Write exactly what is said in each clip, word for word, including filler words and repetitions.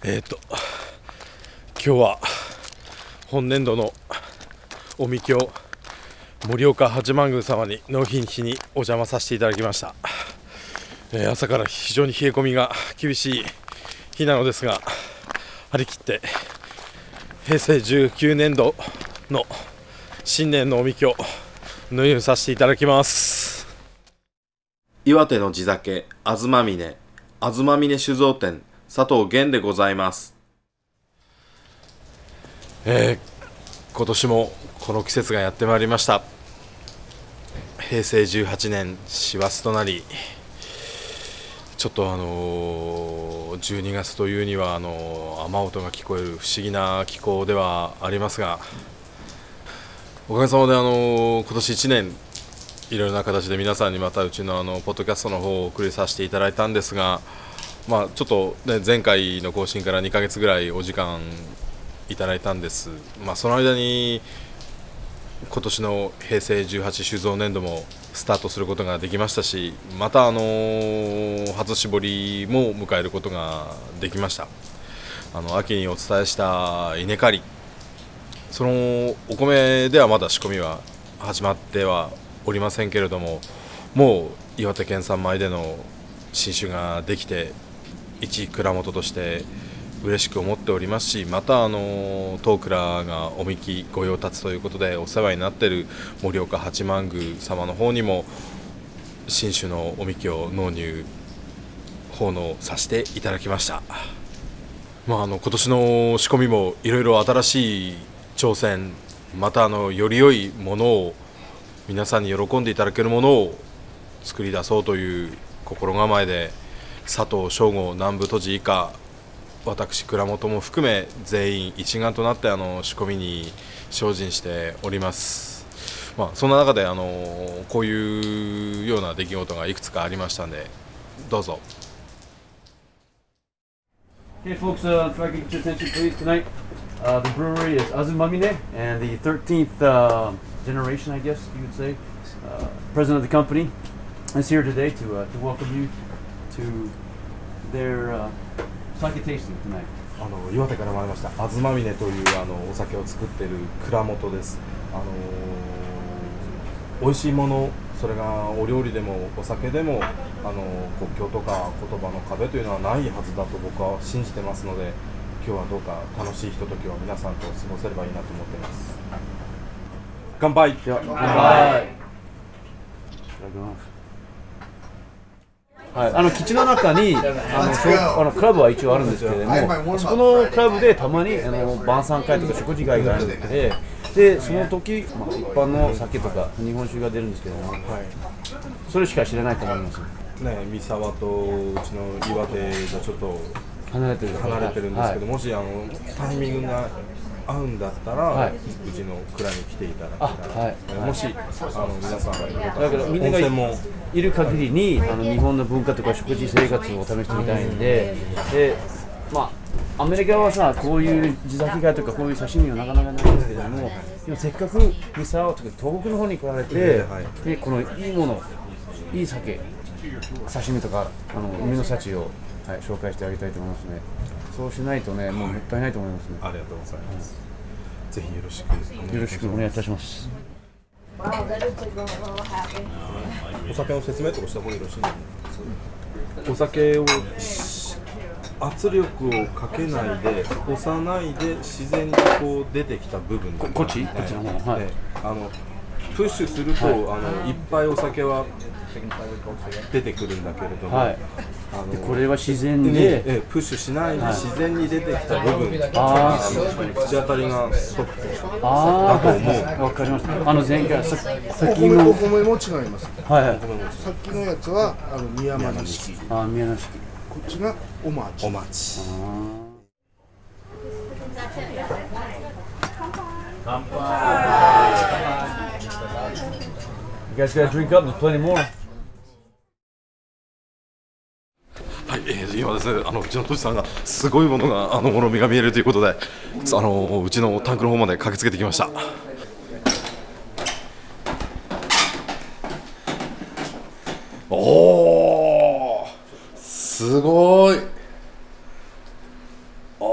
えっと今日は本年度のおみきょ盛岡八幡宮様に納品しにお邪魔させていただきました。えー、朝から非常に冷え込みが厳しい日なのですが、張り切って平成じゅうきゅうねんどの新年のおみきょ納入させていただきます。 岩手の地酒あずまみねあずまみね酒造店佐藤源でございます。 えー、今年もこの季節がやってまいりました。平成じゅうはちねん師走となり、ちょっとあのー、じゅうにがつというにはあのー、雨音が聞こえる不思議な気候ではありますが、おかげさまであのー、今年いちねんいろいろな形で皆さんにまたうちのあのポッドキャストの方をお送りさせていただいたんですが、まあ、ちょっと、ね、前回の更新からにかげつぐらいお時間いただいたんです。まあ、その間に今年の平成じゅうはち酒造年度もスタートすることができましたし、またあのー、初搾りも迎えることができました。あの秋にお伝えした稲刈り、そのお米ではまだ仕込みは始まってはおりませんけれども、もう岩手県産米での新酒ができて一蔵元として嬉しく思っておりますし、またあの当蔵がおみき御用達ということでお世話になっている盛岡八幡宮様の方にも新酒のおみきを納入奉納させていただきました。まあ、あの今年の仕込みもいろいろ新しい挑戦、またあのより良いものを皆さんに喜んでいただけるものを作り出そうという心構えで、佐藤翔吾南部都知以下私蔵元も含め全員一丸となってあの仕込みに精進しております。まあ、そんな中であのこういうような出来事がいくつかありましたので、どうぞ。 Okay, folks, uh, if I could get your attention, please, tonight. Uh, the brewery is Azumamine, and the thirteenth uh, generation, I guess you would say, uh, president of the company is here today to uh, to welcome you to their uh, sake tasting tonight. あの岩手から参りましたあずまみねというあのお酒を作っている蔵元です。あのー、美味しいもの、それがお料理でもお酒でも、あの国境とか言葉の壁というのはないはずだと僕は信じてますので、今日はどうか楽しいひとときを皆さんと過ごせればいいなと思っています。乾杯。 では乾杯。はい、あの基地の中にあのそうあのクラブは一応あるんですけれども、そこのクラブでたまにあの晩餐会とか食事会があるので、でその時、まあ、一般の酒とか日本酒が出るんですけども、はい、それしか知らないと思います。 ね、三沢とうちの岩手じゃちょっと離れてる離れてるんですけど、はい、もしあのタイミングが合うんだったら、はい、うちの蔵に来ていただけたら、はい、もしあの皆さんがいるだからみんながいる限りにあの日本の文化とか食事生活を試してみたいんで、でまあアメリカはさ、こういう地酒会とかこういう刺身はなかなかないんですけれども、今せっかく三沢とか東北の方に来られて、はい、でこのいいもの、いい酒、刺身とかあの海の幸を、はい、紹介してあげたいと思いますね。そうしないとね、もうもったいないと思いますね。 ありがとうございます。ぜひよろしくよろしくお願いいたします。 お酒の説明とかした方がよろしいですか。お酒を圧力をかけないで押さないで自然にこう出てきた部分、 こ, こっち、ね、こっちの方、はい、 ね、あのプッシュすると、はい、あのいっぱいお酒は出てくるんだけれども、はい、 あのでこれは自然で、 えプッシュしないで自然に出てきた部分、あの口当たりがソフトだと思う。 わかりました。あの前回さお米お米も違います。 はいはい。 さっきのやつはあの宮間錦。 あ、宮間錦。 こっちがお町。 お町。 乾杯。You guys gotta drink up. There's plenty more. はい、えー、今ですね、あのうちのトシさんがすごいものがあのもの身が見えるということで、あのうちのタンクの方まで駆けつけてきました。おー、すごい。あ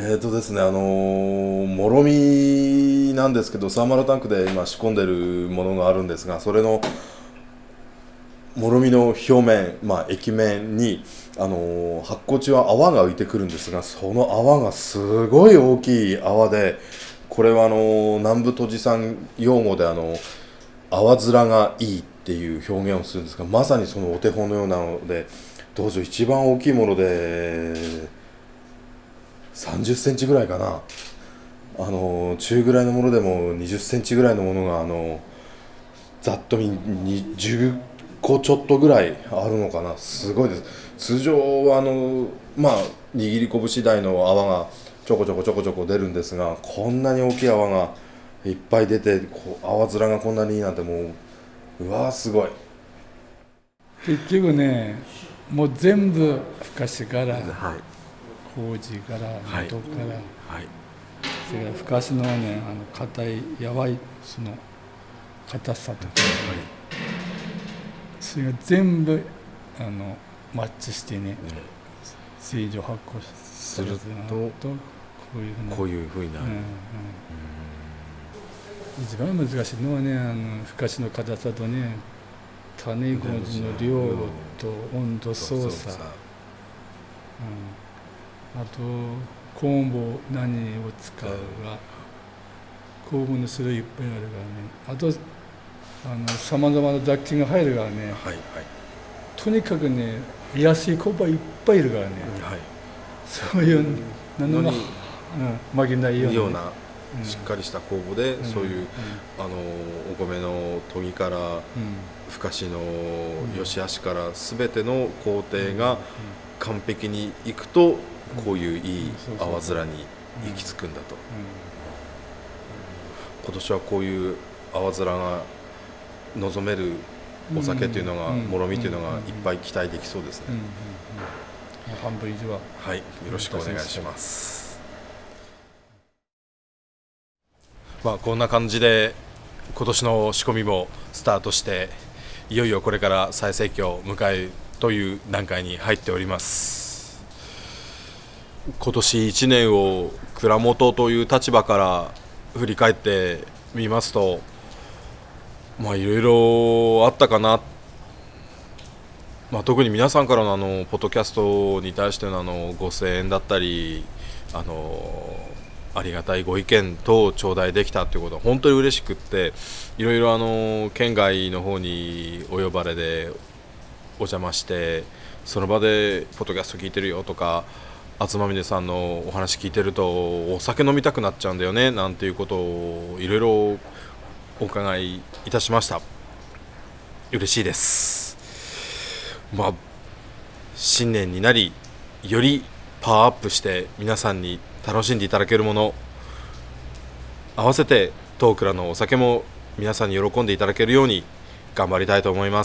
えーとですね、あのー、もろみなんですけど、サーマルタンクで今仕込んでるものがあるんですが、それのもろみの表面、まあ、液面に、あのー、発酵中は泡が浮いてくるんですが、その泡がすごい大きい泡で、これはあのー、南部都知産用語であの泡面がいいっていう表現をするんですが、まさにそのお手本のようなので、どうぞ一番大きいものでさんじゅっセンチぐらいかな、あのー、中ぐらいのものでもにじゅっセンチぐらいのものが、あのー、ざっと見にじゅっこちょっとぐらいあるのかな。すごいです。通常はあのまあ握り拳大の泡がちょこちょこちょこちょこ出るんですが、こんなに大きい泡がいっぱい出て、こう泡面がこんなにいいなんて、もううわーすごい。 結局ね、もう全部ふかしから、 はい、 麹からはい元から、 はい、 それからふかしのね、あの硬いやわいその硬さとか、それが全部あのマッチしてね、正常発酵するとこういうふうなこういう風になる。 うんうん、一番難しいのはね、あのふかしの硬さとね、種麹の量と温度操作、うん、あと酵母何を使うが、酵母の種類いっぱいあるからね、あとさまざまな雑菌が入るからね、 はいはい、 とにかくね安い酵母いっぱいいるからね、 はい、 そういう何の、うん、負けないような、ね、 ようなしっかりした酵母で、うん、そういう、うん、あのお米の研ぎから、うん、ふかしの良し悪しから全ての工程が完璧にいくと、こういういい泡面に行き着くんだと。今年はこういう泡面が望めるお酒というのが、もろみというのがいっぱい期待できそうですね。 半分以上は、 はい、よろしくお願いします。 まあ、こんな感じで今年の仕込みもスタートして、いよいよこれから最盛期を迎えるという段階に入っております。今年いちねんを蔵元という立場から振り返ってみますと、まあいろいろあったかな、まあ、特に皆さんからのあのポッドキャストに対してのあのご声援だったり、あのありがたいご意見等頂戴できたということは本当に嬉しくって、いろいろあの県外の方にお呼ばれでお邪魔して、その場でポッドキャスト聞いてるよとか、東峰さんのお話聞いてるとお酒飲みたくなっちゃうんだよねなんていうことをいろいろお伺いいたしました。嬉しいです。まあ新年になり、よりパワーアップして皆さんに楽しんでいただけるもの、合わせてトークラのお酒も皆さんに喜んでいただけるように頑張りたいと思います。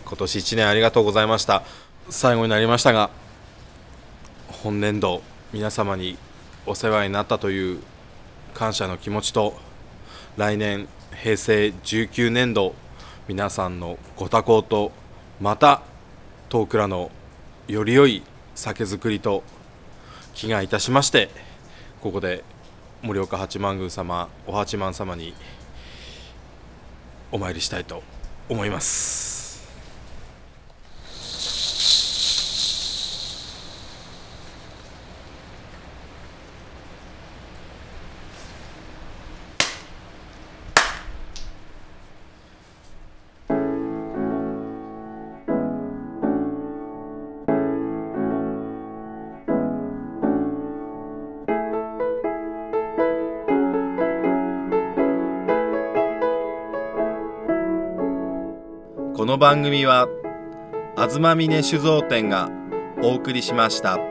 今年いちねんありがとうございました。最後になりましたが、本年度皆様にお世話になったという感謝の気持ちと、来年へいせいじゅうきゅうねんど皆さんのご多幸と、またトークラのより良い酒造りと祈願いたしまして、ここで盛岡八幡宮様、お八幡様にお参りしたいと思います。 この番組は東峰酒造店がお送りしました。